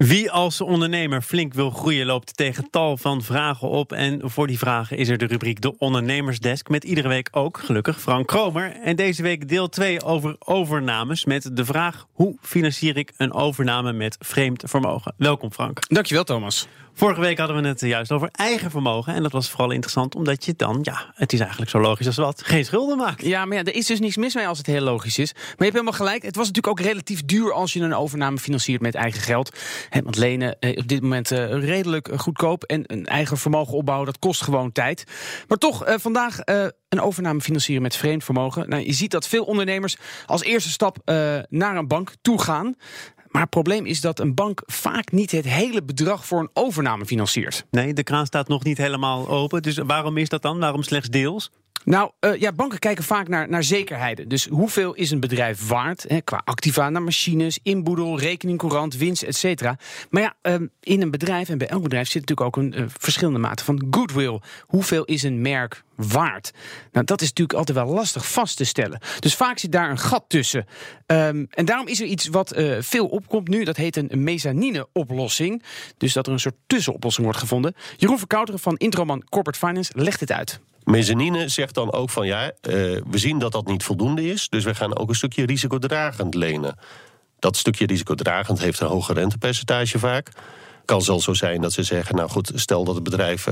Wie als ondernemer flink wil groeien loopt tegen tal van vragen op. En voor die vragen is er de rubriek De Ondernemersdesk. Met iedere week ook, gelukkig, Frank Kromer. En deze week deel 2 over overnames. Met de vraag: hoe financier ik een overname met vreemd vermogen? Welkom, Frank. Dankjewel, Thomas. Vorige week hadden we het juist over eigen vermogen. En dat was vooral interessant omdat je dan, het is eigenlijk zo logisch als wat, geen schulden maakt. Ja, maar er is dus niks mis mee als het heel logisch is. Maar je hebt helemaal gelijk. Het was natuurlijk ook relatief duur als je een overname financiert met eigen geld. Want lenen op dit moment redelijk goedkoop. En een eigen vermogen opbouwen, dat kost gewoon tijd. Maar toch, vandaag een overname financieren met vreemd vermogen. Nou, je ziet dat veel ondernemers als eerste stap naar een bank toe gaan. Maar het probleem is dat een bank vaak niet het hele bedrag voor een overname financiert. Nee, de kraan staat nog niet helemaal open. Dus waarom is dat dan? Waarom slechts deels? Nou, banken kijken vaak naar zekerheden. Dus hoeveel is een bedrijf waard? Qua activa naar machines, inboedel, rekeningcourant, winst, et cetera. Maar in een bedrijf en bij elk bedrijf zit natuurlijk ook een verschillende mate van goodwill. Hoeveel is een merk waard? Nou, dat is natuurlijk altijd wel lastig vast te stellen. Dus vaak zit daar een gat tussen. En daarom is er iets wat veel opkomt nu. Dat heet een mezzanine-oplossing. Dus dat er een soort tussenoplossing wordt gevonden. Jeroen Verkouteren van Introman Corporate Finance legt het uit. Mezzanine zegt dan ook van we zien dat dat niet voldoende is. Dus we gaan ook een stukje risicodragend lenen. Dat stukje risicodragend heeft een hoger rentepercentage vaak. Kan zelfs zo zijn dat ze zeggen, nou goed, stel dat het bedrijf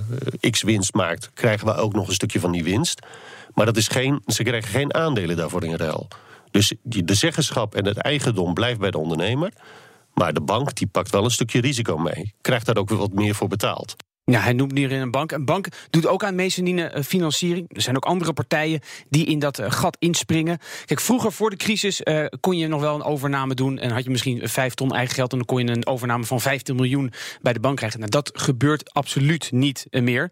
x winst maakt, krijgen we ook nog een stukje van die winst. Maar ze krijgen geen aandelen daarvoor in ruil. Dus de zeggenschap en het eigendom blijft bij de ondernemer. Maar de bank die pakt wel een stukje risico mee. Krijgt daar ook weer wat meer voor betaald. Ja, hij noemt hierin een bank. Een bank doet ook aan mezzanine-financiering. Er zijn ook andere partijen die in dat gat inspringen. Kijk, vroeger voor de crisis kon je nog wel een overname doen en had je misschien 5 ton eigen geld en dan kon je een overname van 15 miljoen bij de bank krijgen. Nou, dat gebeurt absoluut niet meer.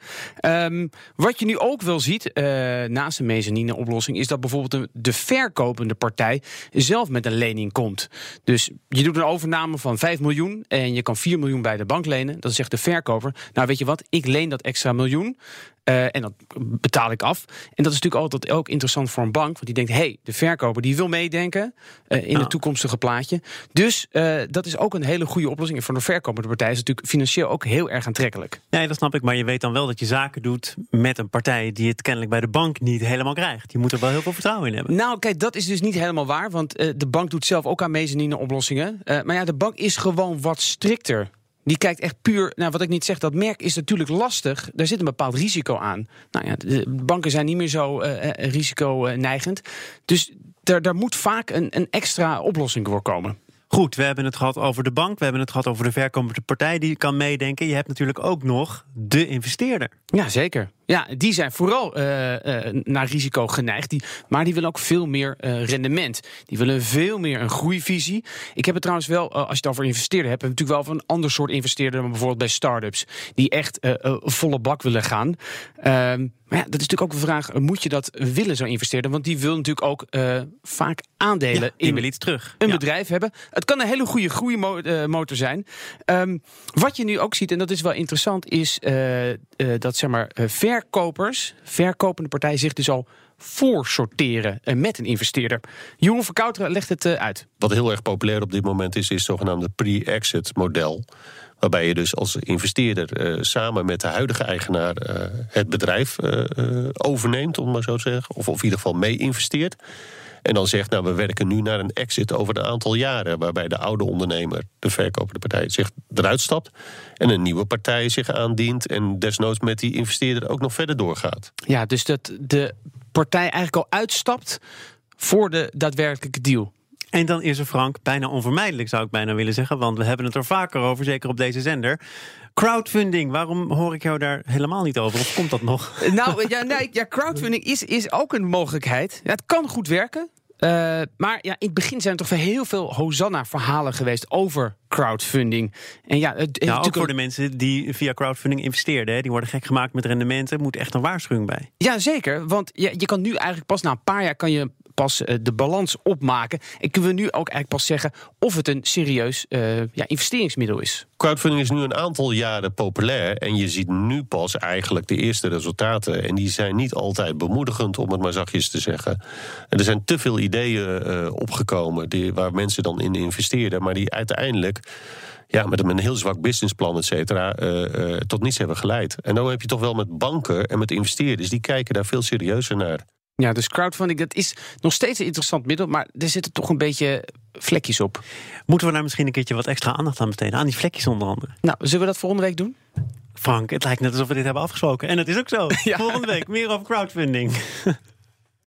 Wat je nu ook wel ziet, naast een mezzanine-oplossing, is dat bijvoorbeeld de verkopende partij zelf met een lening komt. Dus je doet een overname van 5 miljoen en je kan 4 miljoen bij de bank lenen. Dan zegt de verkoper, nou weet je wat, ik leen dat extra miljoen en dat betaal ik af. En dat is natuurlijk altijd ook interessant voor een bank, want die denkt, de verkoper die wil meedenken in het toekomstige plaatje. Dus dat is ook een hele goede oplossing. En voor de verkopende partij is het natuurlijk financieel ook heel erg aantrekkelijk. Nee, dat snap ik, maar je weet dan wel dat je zaken doet met een partij die het kennelijk bij de bank niet helemaal krijgt. Je moet er wel heel veel vertrouwen in hebben. Nou, kijk, dat is dus niet helemaal waar, want de bank doet zelf ook aan mezzanine-oplossingen. Maar de bank is gewoon wat strikter. Die kijkt echt puur, wat ik niet zeg, dat merk is natuurlijk lastig. Daar zit een bepaald risico aan. Nou ja, de banken zijn niet meer zo risiconeigend. Dus daar moet vaak een extra oplossing voor komen. Goed, we hebben het gehad over de bank. We hebben het gehad over de verkopende partij die kan meedenken. Je hebt natuurlijk ook nog de investeerder. Ja, zeker. Ja, die zijn vooral naar risico geneigd. Maar die willen ook veel meer rendement. Die willen veel meer een groeivisie. Ik heb het trouwens wel, als je het over investeerder hebt, natuurlijk wel van een ander soort investeerder dan bijvoorbeeld bij start-ups. Die echt volle bak willen gaan. Maar dat is natuurlijk ook een vraag, moet je dat willen, zo'n investeerder? Want die wil natuurlijk ook vaak aandelen in iets terug. Een bedrijf hebben. Het kan een hele goede groeimotor zijn. Wat je nu ook ziet, en dat is wel interessant, is dat verkopende partijen zich dus al voorsorteren met een investeerder. Jeroen Verkouteren legt het uit. Wat heel erg populair op dit moment is het zogenaamde pre-exit model. Waarbij je dus als investeerder samen met de huidige eigenaar het bedrijf overneemt, om maar zo te zeggen. Of in ieder geval mee investeert. En dan zegt, we werken nu naar een exit over een aantal jaren, waarbij de oude ondernemer, de verkopende partij, zich eruit stapt en een nieuwe partij zich aandient en desnoods met die investeerder ook nog verder doorgaat. Ja, dus dat de partij eigenlijk al uitstapt voor de daadwerkelijke deal. En dan is er, Frank, bijna onvermijdelijk, zou ik bijna willen zeggen, want we hebben het er vaker over, zeker op deze zender. Crowdfunding, waarom hoor ik jou daar helemaal niet over? Of komt dat nog? Crowdfunding is ook een mogelijkheid. Ja, het kan goed werken. Maar in het begin zijn er toch heel veel Hosanna-verhalen geweest over crowdfunding. En ook voor de mensen die via crowdfunding investeerden. Die worden gek gemaakt met rendementen. Moet echt een waarschuwing bij. Ja, zeker. Want je kan nu eigenlijk pas na een paar jaar kan je pas de balans opmaken. En kunnen we nu ook eigenlijk pas zeggen of het een serieus investeringsmiddel is. Crowdfunding is nu een aantal jaren populair en je ziet nu pas eigenlijk de eerste resultaten. En die zijn niet altijd bemoedigend, om het maar zachtjes te zeggen. En er zijn te veel ideeën opgekomen waar mensen dan in investeerden, maar die uiteindelijk met een heel zwak businessplan, et cetera, tot niets hebben geleid. En dan heb je toch wel met banken en met investeerders, die kijken daar veel serieuzer naar. Ja, dus crowdfunding, dat is nog steeds een interessant middel, maar er zitten toch een beetje vlekjes op. Moeten we daar misschien een keertje wat extra aandacht aan besteden? Aan die vlekjes onder andere. Nou, zullen we dat volgende week doen? Frank, het lijkt net alsof we dit hebben afgesproken. En het is ook zo. Ja. Volgende week meer over crowdfunding.